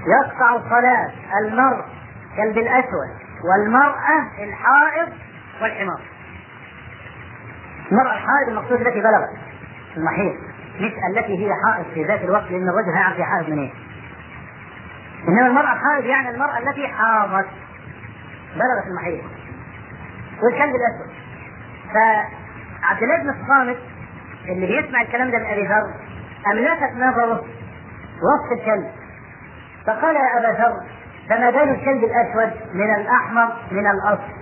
يقطع صلاة المرء كلب الأسود والمرأة الحائض والحمار. المرأة الحائض المقصود التي بلغت المحيض، مش التي هي حائض في ذات الوقت، لأن الرجل هيعرف هي حائض منين. إنما المرأة الحائض يعني المرأة التي حاضت بلغت المحيض، والكلب الأسود. فعبد الله بن الصامت اللي بيسمع الكلام ده من أبي ذر أملكت نظره وصف الكلب، فقال يا أبا ذر فما بين الكلب الأسود من الأحمر من الأصل؟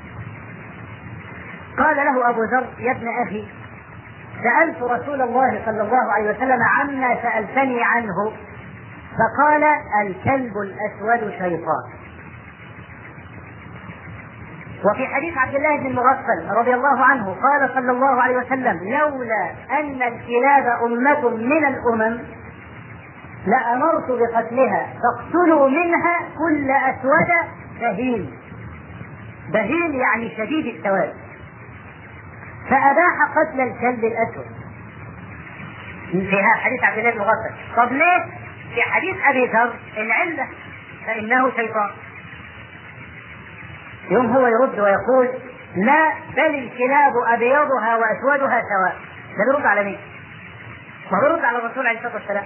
قال له أبو ذر يا ابن أخي سألت رسول الله صلى الله عليه وسلم عما سألتني عنه فقال الكلب الأسود شيطان. وفي حديث عبد الله بن المغفل رضي الله عنه قال صلى الله عليه وسلم لولا أن الكلاب أمة من الأمم لأمرت بقتلها فاقتلوا منها كل أسود بهيم. بهيم يعني شديد السواد، فأباح قتل الكلب الأسود فيها حديث عبد الله بن المغفل. طب ليه في حديث أبي ذر العلة فإنه شيطان؟ يوم هو يرد ويقول لا بل الكلاب أبيضها وأسودها سواء. ده بيرد على مين؟ ما بيرد على الرسول عليه الصلاة والسلام.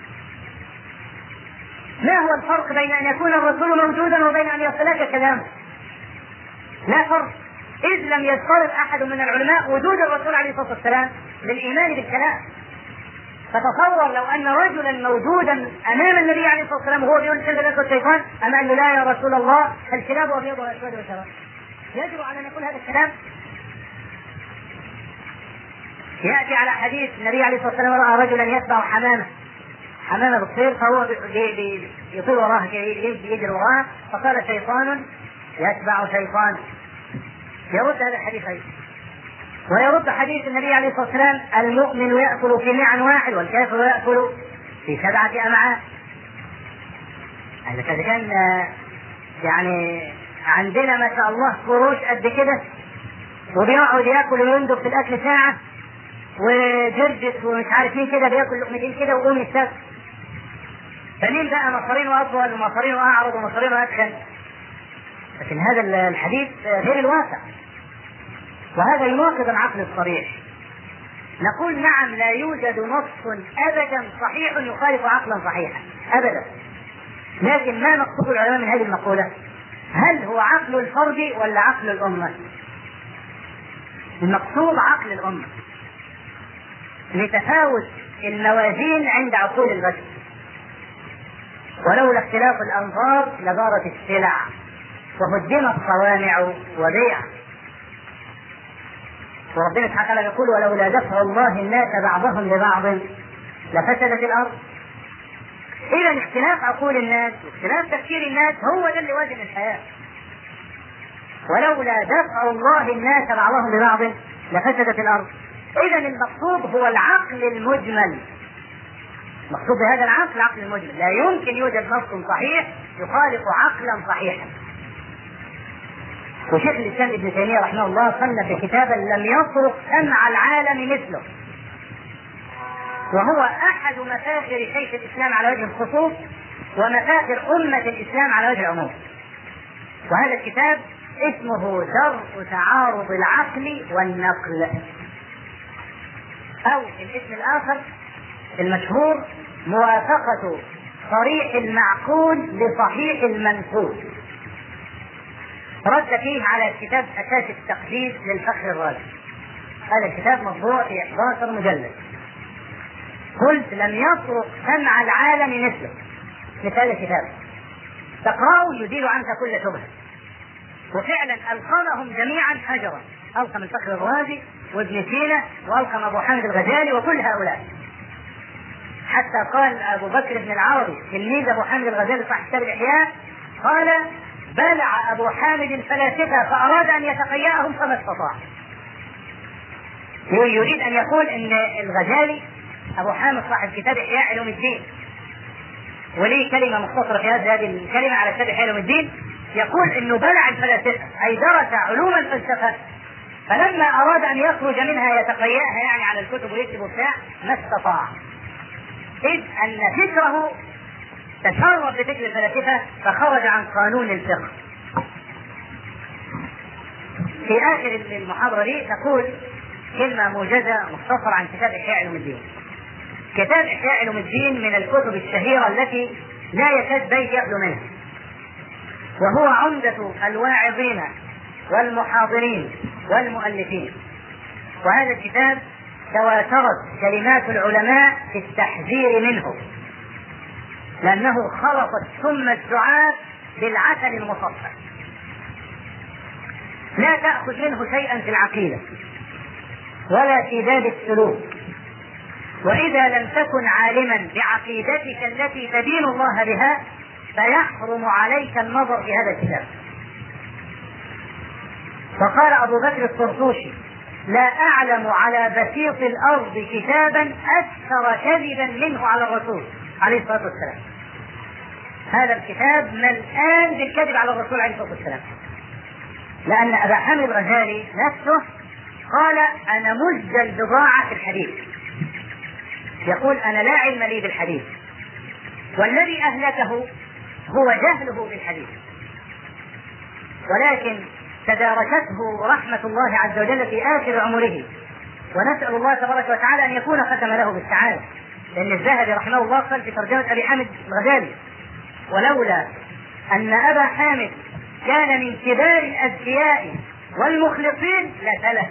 ما هو الفرق بين أن يكون الرسول موجودا وبين أن يصلك كلامه؟ لا فرق، إذ لم يشترط أحد من العلماء وجود الرسول عليه الصلاة والسلام للإيمان بالكلام. فتصور لو أن رجلا موجودا أمام النبي عليه الصلاة والسلام وهو بيقول الكلب الأسود شيطان، أما أنه لا يا رسول الله الكلاب أبيض وأسود وسواء، يجب على أن يقول هذا الكلام؟ يأتي على حديث النبي عليه الصلاة والسلام رأى رجلا يتبع حمامة بالطير فهو يطير وراها يجري وراها فقال شيطان يتبع شيطان. يرد هذا الحديث أيضا. ويرد حديث النبي عليه الصلاة والسلام المؤمن يأكل في معن واحد والكافر يأكل في 7 أمعاء. إذا كان يعني عندنا ما شاء الله قروش قد كده وبيقعد ياكل ويندب في الأكل ساعة وجرجس ومش عارف مين كده بياكل لقمتين كده ويقوم يستاكل، فمين بقى مصارينه أطول ومصارينه أعرض ومصارينه أدخل؟ لكن هذا الحديث غير الواقع، وهذا يناقض العقل الصريح. نقول نعم لا يوجد نص أبدا صحيح يخالف عقلا صحيحا أبدا، لكن ما مقصود العلماء من هذه المقولة؟ هل هو عقل الفرد ولا عقل الأمة؟ المقصود عقل الأمة لتفاوت الموازين عند عقول البشر، ولولا اختلاف الأنظار لدارت السلع وهدمت الصوامع وبيع. وربنا سبحانه وتعالى يقول ولولا دفع الله الناس بعضهم ببعض لفسدت الأرض. إذا اختلاف عقول الناس واختلاف تفكير الناس هو ده اللي وزن الحياة. ولولا دفع الله الناس بعضهم ببعض لفسدت الأرض. إذا المقصود هو العقل المجمل. مقصود بهذا العقل المجمل، لا يمكن يوجد نص صحيح يخالف عقلا صحيحا. وشيخ الإسلام ابن تيمية رحمه الله صنف كتابا لم يطرق سمع العالم مثله، وهو أحد مفاخر شيخ الإسلام على وجه الخصوص ومفاخر أمة الإسلام على وجه العموم. وهذا الكتاب اسمه درء تعارض العقل والنقل، أو الاسم الآخر المشهور موافقة صريح المعقول لصحيح المنقول. رد فيه على الكتاب أساس التقديس للفخر الرازي. هذا الكتاب مطبوع في 11 مجلد. قلت لم يطرق سمع العالم مثله، مثل هذا الكتاب تقرأه يزيل عنك كل شبهة. وفعلا ألقمهم جميعا حجرا، ألقم الفخر الرازي وابن سينا وألقم أبو حامد الغزالي وكل هؤلاء، حتى قال أبو بكر بن العربي تلميذ أبو حامد الغزالي صاحب كتاب الإحياء قال بلع أبو حامد الفلاسفة فأراد أن يتقيأهم فما استطاع. يريد أن يقول أن الغزالي أبو حامد صاحب كتاب إحياء علوم الدين، وليه كلمة مختصرة في هذه الكلمة على كتاب إحياء علوم الدين، يقول أنه بلع الفلاسفة أي درس علوم الفلسفة، فلما أراد أن يخرج منها يتقيأها يعني على الكتب ويكتب بتاع ما استطاع، إذ أن فكره تشرب بفكر الفلاسفة فخرج عن قانون الفقه. في آخر المحاضرة دي تقول كلمة موجزة مختصرة عن كتاب إحياء علوم الدين. كتاب إحياء علوم الدين من الكتب الشهيرة التي لا يكاد بيت يخلو منها، وهو عمدة الواعظين والمحاضرين والمؤلفين. وهذا الكتاب تواترت كلمات العلماء في التحذير منه، لأنه خلطت ثم الدعاء بالعسل المصفى. لا تأخذ منه شيئا في العقيدة ولا في باب السلوك، وإذا لم تكن عالما بعقيدتك التي تدين الله بها فيحرم عليك النظر في هذا الكتاب. فقال أبو بكر الطرطوشي: لا أعلم على بسيط الأرض كتابا أكثر كذبا منه على الرسول عليه الصلاة والسلام. هذا الكتاب ملآن بالكذب على الرسول عليه الصلاة والسلام، لأن أبا حامد الغزالي نفسه قال: أنا مزج البضاعة في الحديث. يقول: أنا لا علم لي بالحديث، والذي أهلكه هو جهله بالحديث، ولكن تداركته رحمة الله عز وجل في آخر عمره، ونسأل الله تبارك وتعالى أن يكون ختم له بالسعادة، لأن الذهبي رحمه الله قال في ترجمة أبي حامد الغزالي: ولولا أن أبا حامد كان من كبار الأذكياء والمخلصين لتلف.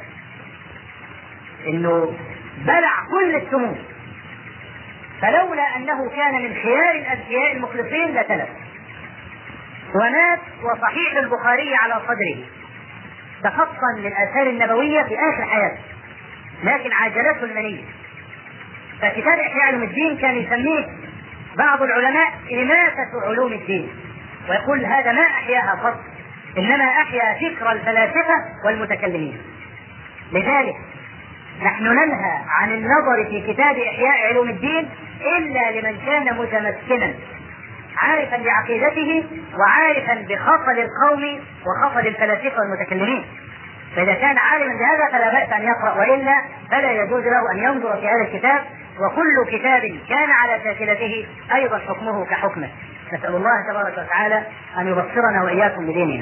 إنه بلع كل السموم، فلولا أنه كان من خيار الأذكياء المخلصين لتلف. ومات وصحيح البخاري على صدره تخطا للآثار النبوية في آخر حياته، لكن عاجلته المنية. فكتاب إحياء علوم الدين كان يسميه بعض العلماء إماتة علوم الدين، ويقول: هذا ما أحياها فقط، إنما أحيا فكر الفلاسفة والمتكلمين. لذلك نحن ننهى عن النظر في كتاب إحياء علوم الدين إلا لمن كان متمكنا عارفا بعقيدته وعارفا بخطل القوم وخطل الفلاسفة والمتكلمين. فإذا كان عالما بهذا فلا بأس أن يقرأ، وإلا فلا يجوز له أن ينظر في هذا الكتاب. وكل كتاب كان على شاكلته أيضا حكمه كحكمه. نسأل الله تبارك وتعالى أن يبصرنا وإياكم بديننا.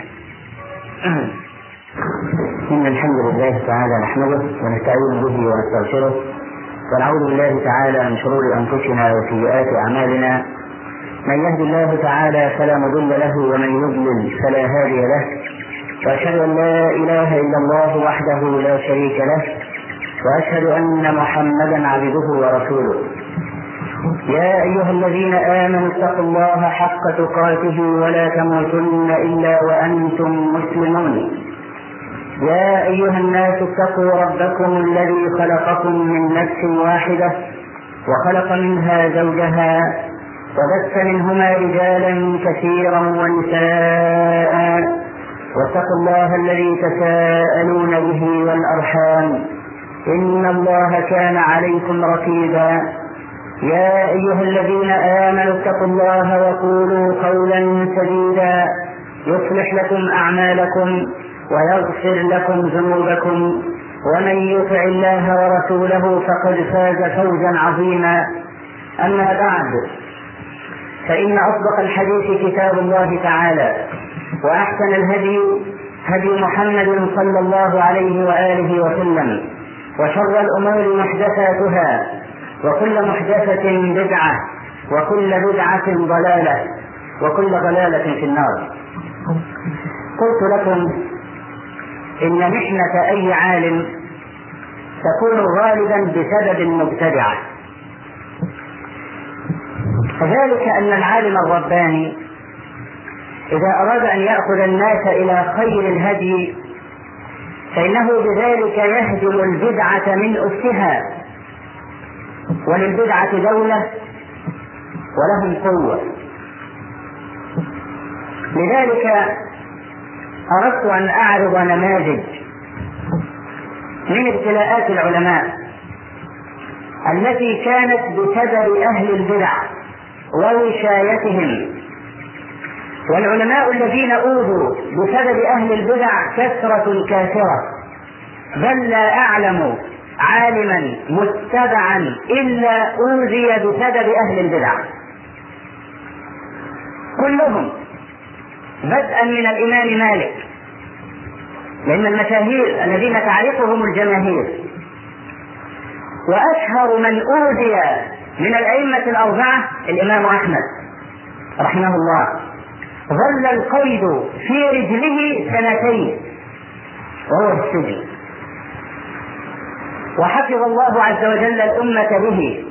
إن الحمد لله تعالى نحمده ونستعين به ونستغفره، ونعوذ بالله تعالى من شرور أنفسنا وسيئات أعمالنا. من يهد الله تعالى فلا مضل له، ومن يضلل فلا هادي له، وأشهد أن لا إله إلا الله وحده لا شريك له، وأشهد أن محمدا عبده ورسوله. يا أيها الذين آمنوا اتقوا الله حق تقاته ولا تموتن إلا وأنتم مسلمون. يا أيها الناس اتقوا ربكم الذي خلقكم من نفس واحدة وخلق منها زوجها وبث منهما رجالا كثيرا ونساء، واتقوا الله الذي تساءلون به والأرحام، إن الله كان عليكم رقيبا. يا أيها الذين آمنوا اتقوا الله وقولوا قولا سديدا يصلح لكم أعمالكم ويغفر لكم ذنوبكم، ومن يطع الله ورسوله فقد فاز فوزا عظيما. أما بعد، فإن أصدق الحديث كتاب الله تعالى، وأحسن الهدي هدي محمد صلى الله عليه وآله وسلم، وشر الأمور محدثاتها، وكل محدثة بدعة، وكل بدعة ضلالة، وكل ضلالة في النار. قلت لكم إن محنة أي عالم تكون غالبا بسبب المبتدعة، فذلك أن العالم الرباني إذا أراد أن يأخذ الناس إلى خير الهدي فإنه بذلك يهدم البدعة من أسها، وللبدعة دولة ولهم قوة. لذلك أردت أن أعرض نماذج من ابتلاءات العلماء التي كانت بسبب أهل البدع ووشايتهم. والعلماء الذين أوذوا بسبب أهل البدع كثرة كافرة، بل لا أعلم عالما متبعا إلا أوذي بسبب أهل البدع. كلهم بدءا من الإمام مالك، لأن المشاهير الذين تعرفهم الجماهير، وأشهر من أوذي من الأئمة الأربعة الإمام أحمد رحمه الله، ظل القيد في رجله 2 وهو في السجن، وحفظ الله عز وجل الأمة به،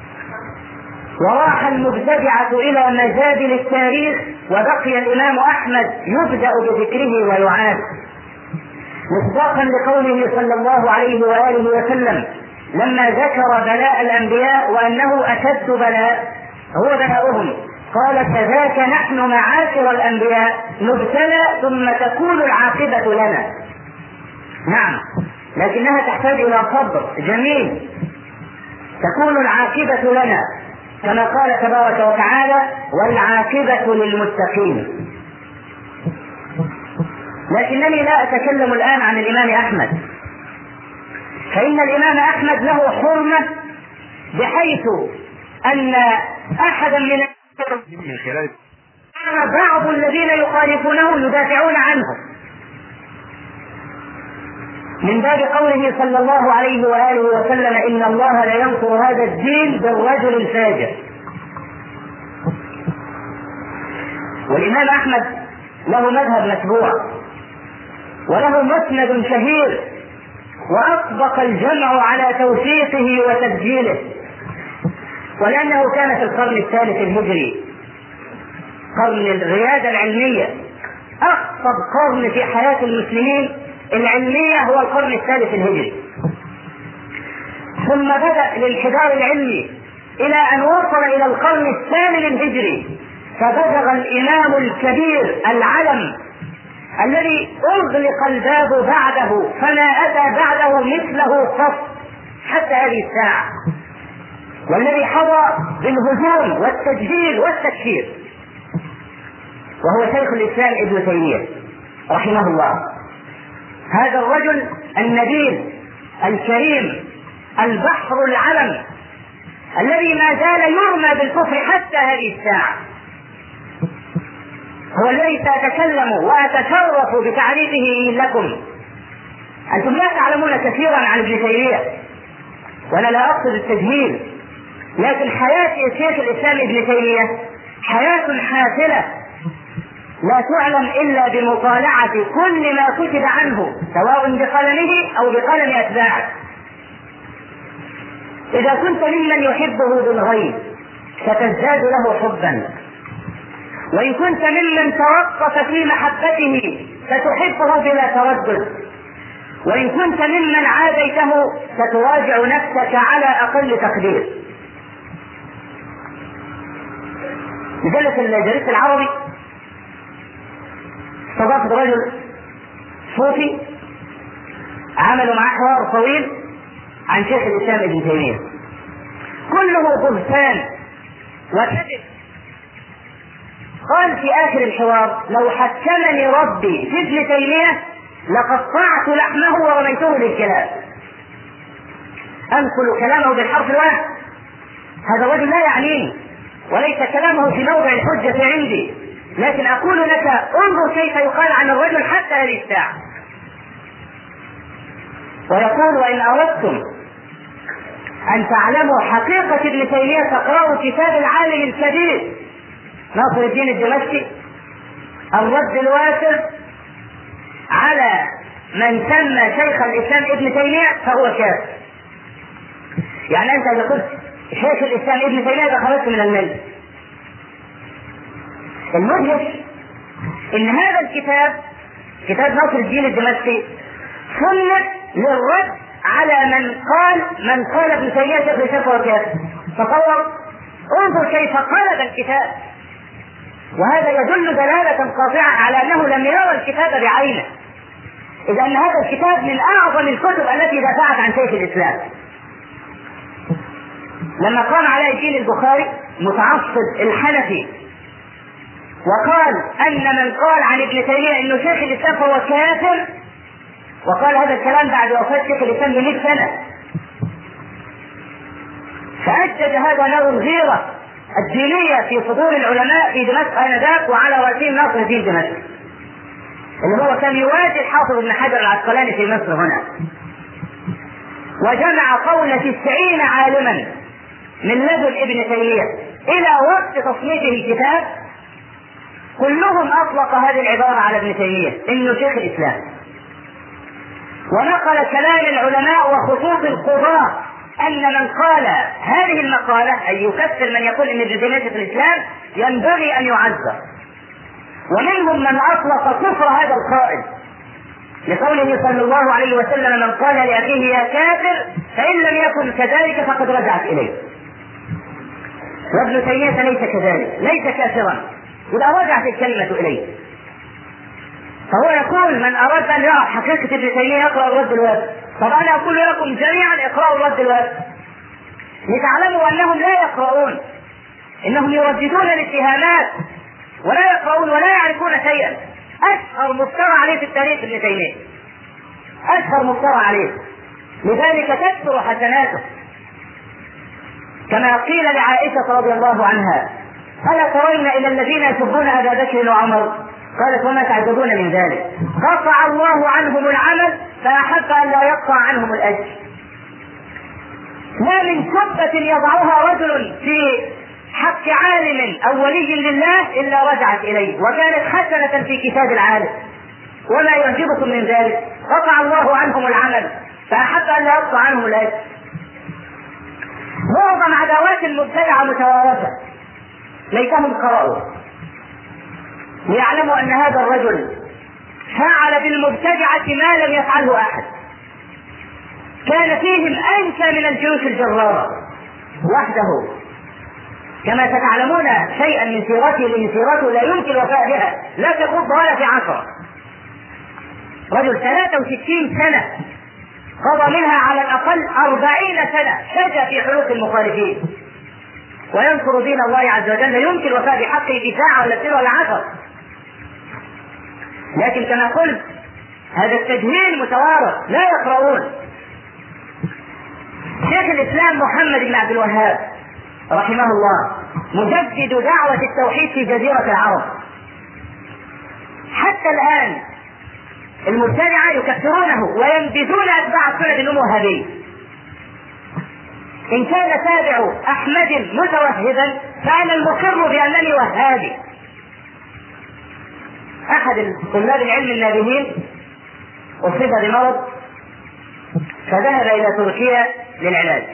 وراح المبتدعة إلى مجادل التاريخ، وبقي الإمام أحمد يبدأ بذكره ويعاد، مصداقا لقوله صلى الله عليه وآله وسلم لما ذكر بلاء الأنبياء وأنه أشد بلاء هو بلاؤهم، قال كذاك نحن معاشر الأنبياء نبتلى ثم تكون العاقبة لنا. نعم، لكنها تحتاج إلى صبر جميل، تكون العاقبة لنا كما قال تبارك وتعالى والعاقبة للمتقين. لكنني لا أتكلم الآن عن الإمام أحمد، فإن الإمام أحمد له حرمة بحيث أن أحدا من خلال بعض الذين يخالفونه يدافعون عنه، من باب قوله صلى الله عليه وآله وسلم إن الله لا ينصر هذا الدين بالرجل الفاجر. والإمام أحمد له مذهب متبوع وله مسند شهير، وأطبق الجمع على توثيقه وتسجيله، ولأنه كان في القرن الثالث الهجري، قرن الريادة العلمية، أخطب قرن في حياة المسلمين العلمية هو القرن الثالث الهجري، ثم بدأ الانحدار العلمي إلى أن وصل إلى القرن الثامن الهجري، فبلغ الإمام الكبير العلم الذي أغلق الباب بعده فما أتى بعده مثله قط حتى هذه الساعة، والذي حظى بالهجوم والتجهيل والتكفير، وهو شيخ الإسلام ابن تيمية رحمه الله. هذا الرجل النبيل الكريم البحر العلم الذي ما زال يرمى بالكفر حتى هذه الساعة، هو الذي سأتكلم وأتشرف بتعريفه لكم. أنتم لا تعلمون كثيرا عن ابن تيمية، وأنا لا أقصد التجميل، لكن حياة شيخ الإسلام ابن تيمية حياة حافلة لا تعلم إلا بمطالعة كل ما كتب عنه سواء بقلمه أو بقلم أتباعه. إذا كنت ممن يحبه بالغيب ستزداد له حبا، وإن كنت ممن توقف في محبته ستحبه بلا تردد، وإن كنت ممن عاديته ستراجع نفسك على أقل تقدير. مجلة الجريدة العربي استضافت رجل صوفي عملوا معه حوار طويل عن شيخ الإسلام ابن تيمية، كله بهتان وكذب. قال في آخر الحوار لو حكمني ربي في ابن تيمية لقطعت لحمه ورميته للكلاب. أنقل كلامه بالحرف الواحد، هذا الرجل لا يعنيني وليس كلامه في موضع الحجة عندي، لكن أقول لك انظر كيف يقال عن الرجل حتى هذه الساعة. ويقول وإن أردتم أن تعلموا حقيقة ابن تيمية فاقرأوا كتاب العالم الكبير ناصر الدين الدمشقي الرد الواسع على من سمى شيخ الإسلام ابن تيمية فهو كافر. يعني أنت إذا قلت شيخ الإسلام ابن تيمية خرجت من الملة. المدهش إن هذا الكتاب كتاب ناصر الدين الدمشقي صنف للرد على من قال ابن تيمية شيخ الإسلام فهو كافر. تصور، انظر كيف قلب الكتاب، وهذا يدل دلالة قاطعة على أنه لم يرى الكتاب بعينه، إذ أن هذا الكتاب من أعظم الكتب التي دافعت عن شيخ الإسلام. لما قام علاء الدين البخاري متعصب الحنفي وقال أن من قال عن ابن تيمية أنه شيخ الإسلام فهو كافر، وقال هذا الكلام بعد وفاة شيخ الإسلام ب100 سنة، فأجد هذا له الغيرة الدينية في صدور العلماء في دمشق آنذاك، وعلى رأسهم ناصر الدين دمشق اللي هو كان يواجه الحافظ ابن حجر العسقلاني في مصر هنا، وجمع قول 90 عالما من لدن ابن تيمية إلى وقت تصنيفه الكتاب، كلهم أطلق هذه العبارة على ابن تيمية إنه شيخ الإسلام، ونقل كلام العلماء وخصوص القضاة أن من قال هذه المقالة أي يكفر من يقول إن ابن تيمية شيخ الإسلام ينبغي أن يعذر، ومنهم من أطلق كفر هذا القائل لقوله صلى الله عليه وسلم: من قال لأخيه يا كافر فإن لم يكن كذلك فقد رجعت إليه. وابن تيمية ليس كذلك، ليس كافرا إذا رجعت الكلمة إليه. فهو يقول: من أراد أن يرى حقيقة ابن تيمية يقرأ الرد الوافي. طبعا أنا أقول لكم جميعا اقرأوا الرد الوافي لتعلموا أنهم لا يقرؤون، إنهم يرددون الاتهامات ولا يقرؤون ولا يعرفون شيئا. أشهر مفترى عليه في التاريخ ابن تيمية، أشهر مفترى عليه، لذلك تكثر حسناته. كما قيل لعائشة رضي الله عنها: ألا ترين إلى الذين يسبون أبا بكر وعمر؟ قالت: وما تعجبون من ذلك؟ قطع الله عنهم العمل فأحب أن لا يقطع عنهم الأجر. ما من سبة يضعها رجل في حق عالم أو ولي لله إلا رجعت إليه وكانت حسنة في كتاب العالم. وما يعجبكم من ذلك؟ قطع الله عنهم العمل فأحب أن لا يقطع عنهم الأجر. معظم عداوات المبتدعة متوارثة، ليتهم قرأوا ليعلموا أن هذا الرجل فعل بالمبتدعة ما لم يفعله أحد. كان فيهم أنسى من الجيوش الجرارة وحده، كما ستعلمون شيئا من سيرته، لأن سيرته لا يمكن الوفاء بها، لا تغض ولا في 10. رجل 63 سنة قضى منها على الأقل 40 سنة شجع في حلوق المخالفين وينصر دين الله عز وجل، لا يمكن الوفاء بحقه في ساعة ولا 2 ولا 10. لكن كما قلت هذا التجهيل متوارث، لا يقرؤون. شيخ الإسلام محمد بن عبد الوهاب رحمه الله مجدد دعوة التوحيد في جزيرة العرب، حتى الآن المبتدعة يكفرونه وينبذون أتباع السنة أنهم وهابية. إن كان تابع أحمد متوهبا فأنا المقر بأنني وهابي. أحد طلاب العلم النابهين أصيب بمرض فذهب إلى تركيا للعلاج،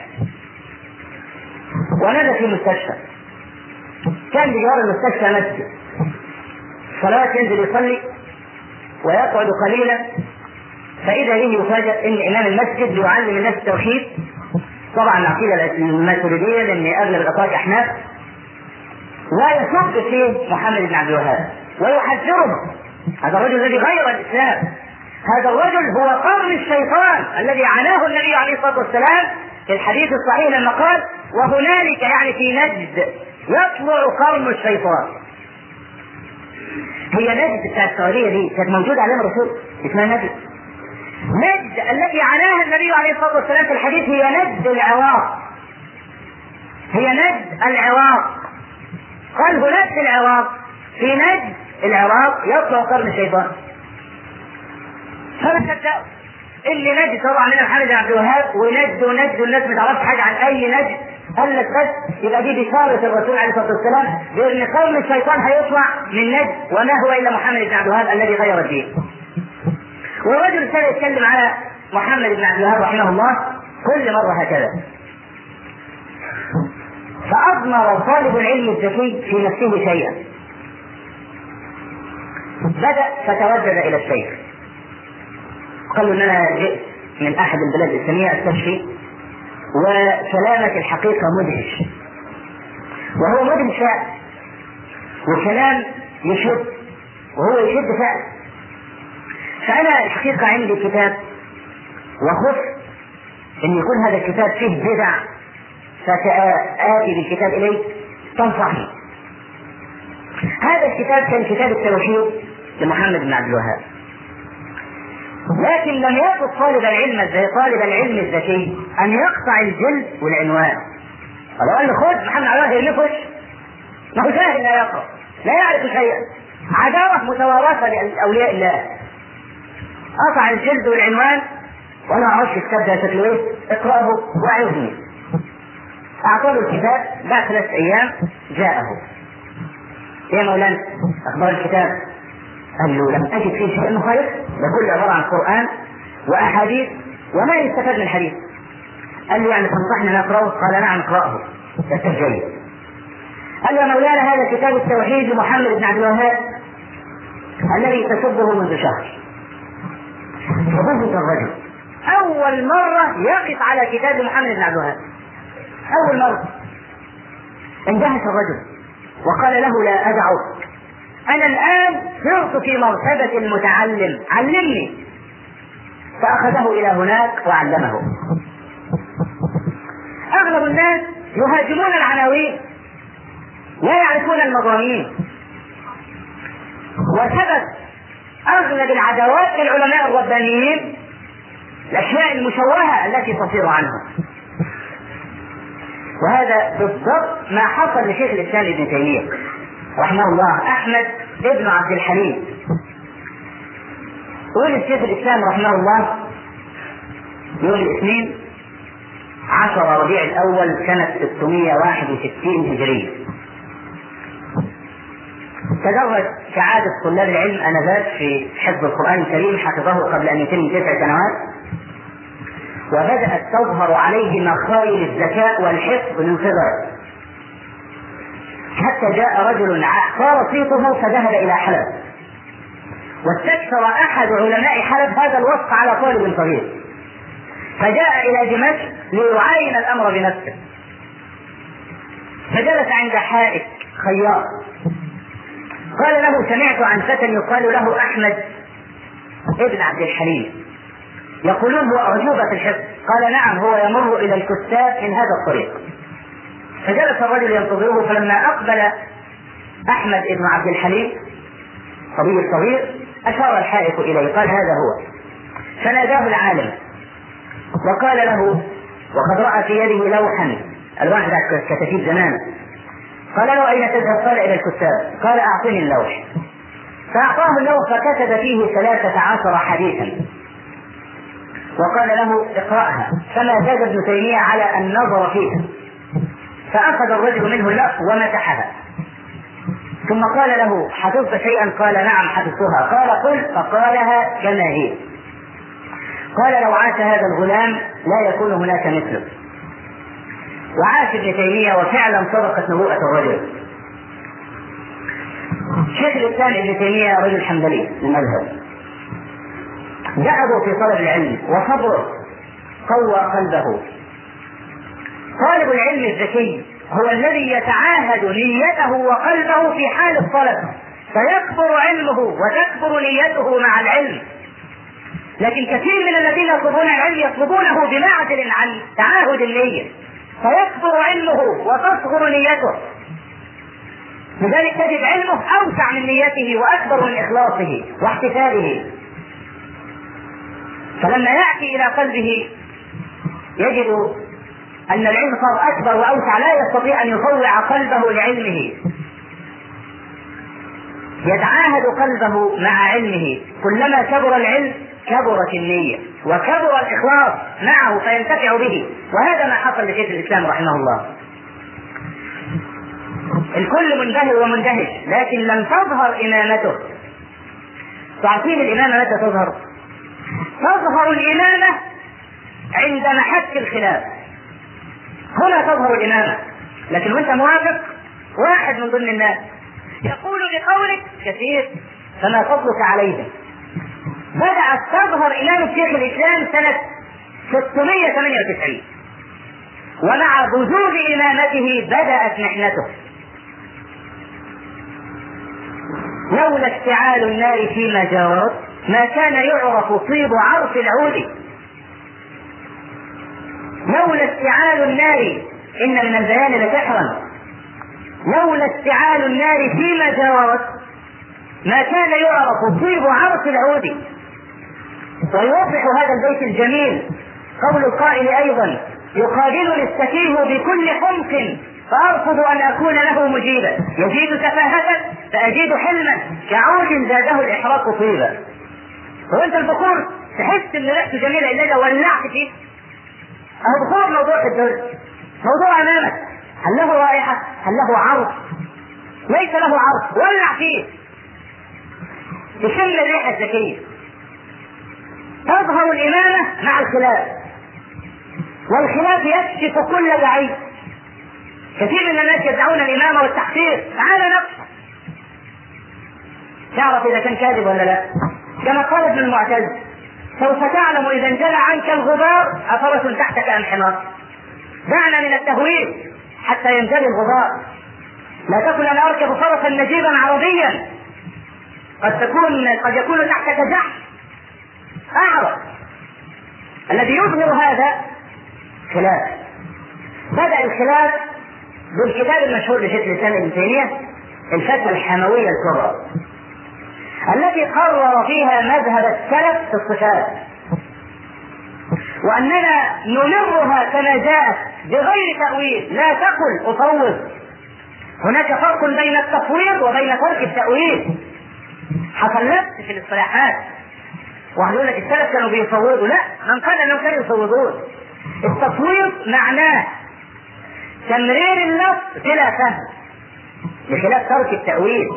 ونزل في المستشفى. كان بجوار المستشفى مسجد، صلوات ينزل يصلي ويقعد قليلا، فإذا به يفاجأ أن إمام المسجد يعلم الناس التوحيد، طبعا العقيدة الماتريدية لأن أغلب الأطراف أحناف، ويسب فيه محمد بن عبد الوهاب ويحذره. هذا الرجل الذي غير الإسلام، هذا الرجل هو قرن الشيطان الذي عناه النبي عليه الصلاة والسلام في الحديث الصحيح لما قال: وهنالك يعني في نجد يطلع قرن الشيطان. هي نجد بتاعت السعودية دي كانت موجودة عليها الرسول، اسمها نجد. نجد التي عناها النبي عليه الصلاة والسلام في الحديث هي نجد العراق، هي نجد العراق. قال هناك في العراق، في نجد العراق يطلع قرن الشيطان. فما صدقوا اللي نجد طبعا من محمد بن عبد الوهاب، ونجد والناس ما تعرفش حاجه عن اي نجد. قال لك بس يبقى دي بشاره الرسول عليه الصلاه والسلام بان قرن الشيطان هيطلع من نجد، وما هو الا محمد بن عبد الوهاب الذي غير الدين. والرجل ابتدى يتكلم على محمد بن عبد الوهاب رحمه الله كل مره هكذا. فاضمر طالب العلم الذكي في نفسه شيئا، بدأ فتوجه الى الشيخ، قال له: ان انا جئت من احد البلاد الاسلاميه استشفي، وكلامك الحقيقه مدهش، وهو مدهش فعلا، وكلام يشد، وهو يشد فعلا. فانا الحقيقه عندي كتاب وخفت ان يكون هذا الكتاب فيه بدع، فسآتي بالكتاب اليك تنصحني. هذا الكتاب كان كتاب التوحيد لمحمد بن عبد الوهاب، لكن لم يقصد طالب العلم الذكي ان يقطع الجلد والعنوان. قال له: خذ محمد بن عبد الوهاب يلفش ما هو جاهل لا يقرأ لا يعرف شيئا، عداوة متوارثة لأولياء الله. قطع الجلد والعنوان وانا اعرفش الكتاب ده شكله ايه، اقرأه واعظني. اعطاه الكتاب، بعد 3 ايام جاءه: يا مولانا اخبار الكتاب؟ قال له: لم اجد فيه شيء مخالف، ده كله عبارة عن قرآن واحاديث وما يستفاد من الحديث. قال له: يعني تنصحني ان اقرأه؟ قال: نعم اقرأه، ده جيد. قال له: يا مولانا هذا كتاب التوحيد لمحمد بن عبد الوهاب الذي تسبه منذ شهر. فضحك الرجل، اول مرة يقف على كتاب محمد بن عبد الوهاب، اول مرة. اندهش الرجل وقال له: لا ادعك، انا الان صرت في مرتبة المتعلم، علمني. فاخذه الى هناك وعلمه. اغلب الناس يهاجمون العناوين لا يعرفون المضامين، وسبب اغلب العداوات للعلماء الربانيين الاشياء المشوهة التي تصير عنهم. وهذا بالضبط ما حصل لشيخ الاسلام ابن تيمية رحمه الله، احمد ابن عبد الحليم. ولد شيخ الاسلام رحمه الله يوم الاثنين 10 ربيع الاول سنة 661 هجرية. تدرج كعادة طلاب العلم انذاك في حفظ القرآن الكريم، حفظه قبل ان يتم 9 سنوات، وبدأت تظهر عليه مخايل الذكاء والحفظ من صغره، حتى جاء رجل صار صيته فذهب الى حلب، واستكثر احد علماء حلب هذا الوصف على طالب صغير، فجاء الى دمشق ليعاين الامر بنفسه. فجلس عند حائط خياط، قال له: سمعت عن فتى يقال له احمد ابن عبد الحليم، يقولون هو اعجوبة في الحفظ. قال: نعم، هو يمر الى الكتاب من هذا الطريق. فجلس الرجل ينتظره، فلما اقبل احمد ابن عبد الحليم صبي صغير اشار الحائط اليه، قال: هذا هو. فناداه العالم وقال له، وقد راى في يده لوحا، الواح ذاك كتاتيب زمان، قال له: اين تذهب؟ قال: الى الكتاب. قال: اعطني اللوح. فاعطاه اللوح فكتب فيه 13 حديثا، وقال له: اقرأها. فما زاد ابن تيمية على ان نظر فيها، فاخذ الرجل منه اللوح ومسحها، ثم قال له: حفظت شيئا؟ قال: نعم حفظتها. قال: قل. فقالها كما هي. قال: لو عاش هذا الغلام لا يكون هناك مثله. وعاش ابن تيمية وفعلا صدقت نبوءة الرجل. شيخ الاسلام ابن تيمية رجل حنبلي المذهب، دأبه في طلب العلم وصبره قوى قلبه. طالب العلم الذكي هو الذي يتعاهد نيته وقلبه في حال الطلب، فيكبر علمه وتكبر نيته مع العلم. لكن كثير من الذين يطلبون العلم يطلبونه بمعزل عن تعاهد النية، فيكبر علمه وتصغر نيته، لذلك تجد علمه أوسع من نيته وأكبر من إخلاصه واحتسابه. فلما يأتي إلى قلبه يجد أن العلم صار أكبر وأوسع، لا يستطيع أن يطوع قلبه لعلمه، يتعاهد قلبه مع علمه. كلما كبر العلم كبرت النية وكبر الإخلاص معه فينتفع به. وهذا ما حصل لشيخ الإسلام رحمه الله. الكل منبهر ومندهش، لكن لم تظهر إمامته. تعطيل الإمامة متى تظهر؟ تظهر الإمامة عند محك الخلاف، هنا تظهر الإمامة. لكن وانت موافق واحد من ضمن الناس يقول بقولك كثير، فما فضلك عليه. بدأت تظهر إمامة شيخ الإسلام سنة 698، ومع بزوغ إمامته بدأت محنته. لولا اشتعال النار فيما جاورت ما كان يعرف طيب عرف العود. لولا اشتعال النار، إن من البيان لسحرا، لولا اشتعال النار فيما جاورت ما كان يعرف طيب عرف العود. ويوضح هذا البيت الجميل قول القائل أيضا: يقابلني السفيه بكل حمق فأرفض أن أكون له مجيبا، يزيد سفاهة فأزيد حلما، كعود زاده الإحراق طيبا. هو أنت البخور تحس إن ريحته جميلة إلا لو ولعت فيه؟ أهو بخور موضوع في الدنيا، موضوع أمامك، هل له رائحة؟ هل له عرض؟ ليس له عرض، ولع فيه تشم الريحة الزكية. تظهر الإمامة مع الخلاف، والخلاف يكشف كل بعيد. كثير من الناس يدعون الإمامة والتحقير، تعال نقص تعرف إذا كان كاذب ولا لا. كما قال ابن المعتز: سوف تعلم إذا انجلى عنك الغبار أفرس تحتك أم حمار. دعنا من التهويل حتى ينجلي الغبار. لا تكن أنا أركب فرسا نجيبا عربيا قد يكون تحتك جحش أعرض. الذي يظهر هذا خلاف. بدأ الخلاف بالكتاب المشهور لشيخ الإسلام ابن تيمية، الفتوى الحموية الكبرى، التي قرر فيها مذهب السلف في الصفات، وأننا نمرها كما جاءت بغير تأويل. لا تقل أفوض، هناك فرق بين التفويض وبين ترك التأويل. حصل لبس في الاصطلاحات، واحد يقول لك السلف كانوا بيفوضوا، لا، من قال انهم كانوا يفوضون. التفويض معناه تمرير اللفظ بلا فهم، بخلاف ترك التأويل.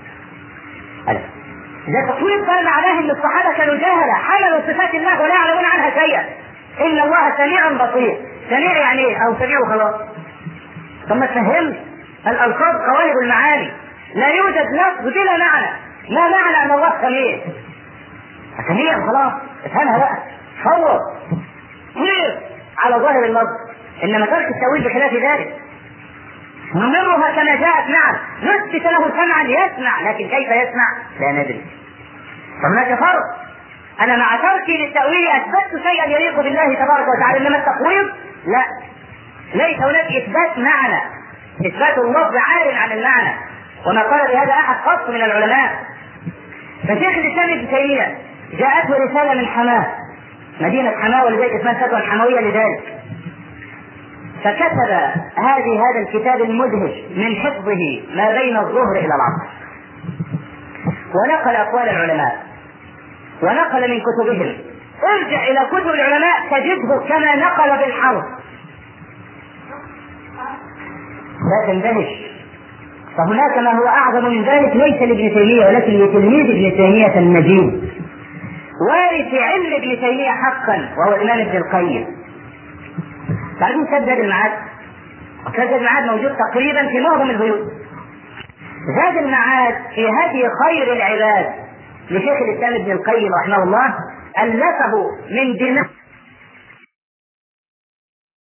إذا التفويض قال معناه ان الصحابة كانوا جهلة، حملوا صفات الله ولا يعلمون عنها شيئا. ان الله سميع بصير. سميع يعني ايه؟ او سميع وخلاص. ثم تفهمت الألفاظ قوالب المعاني، لا يوجد لفظ بلا معنى. ما معنى ان الله سميع؟ سميع خلاص، افهمها بقى، فوض طير على ظاهر اللفظ. انما ترك التأويل بخلاف ذلك. نمرها كما جاءت، نعم، نثبت له سمعا يسمع، لكن كيف يسمع لا ندري. فهناك فرق. انا مع تركي للتأويل اثبتت شيئا يليق بالله تبارك وتعالى، انما التفويض لا، ليس هناك اثبات معنى، اثبات اللفظ عار عن المعنى. وما قال بهذا احد خاص من العلماء. فشيخ الاسلام ابن تيمية جاءته رسالة من حماه، مدينة حماه، ولذلك اسمها الفتوى الحموية لذلك. فكتب هذا الكتاب المدهش من حفظه ما بين الظهر إلى العصر، ونقل أقوال العلماء ونقل من كتبهم. ارجع إلى كتب العلماء تجده كما نقل بالحرف، لا تندهش. فهناك ما هو أعظم من ذلك، ليس لابن تيمية ولكن لتلميذ ابن تيمية النجيب، وارث علم ابن تيمية حقا، وهو الإمام ابن القيم. بعدين زاد المعاد. زاد المعاد موجود تقريبا في معظم البيوت. زاد المعاد في هدي خير العباد لشيخ الإسلام ابن القيم رحمه الله، ألفه من دماء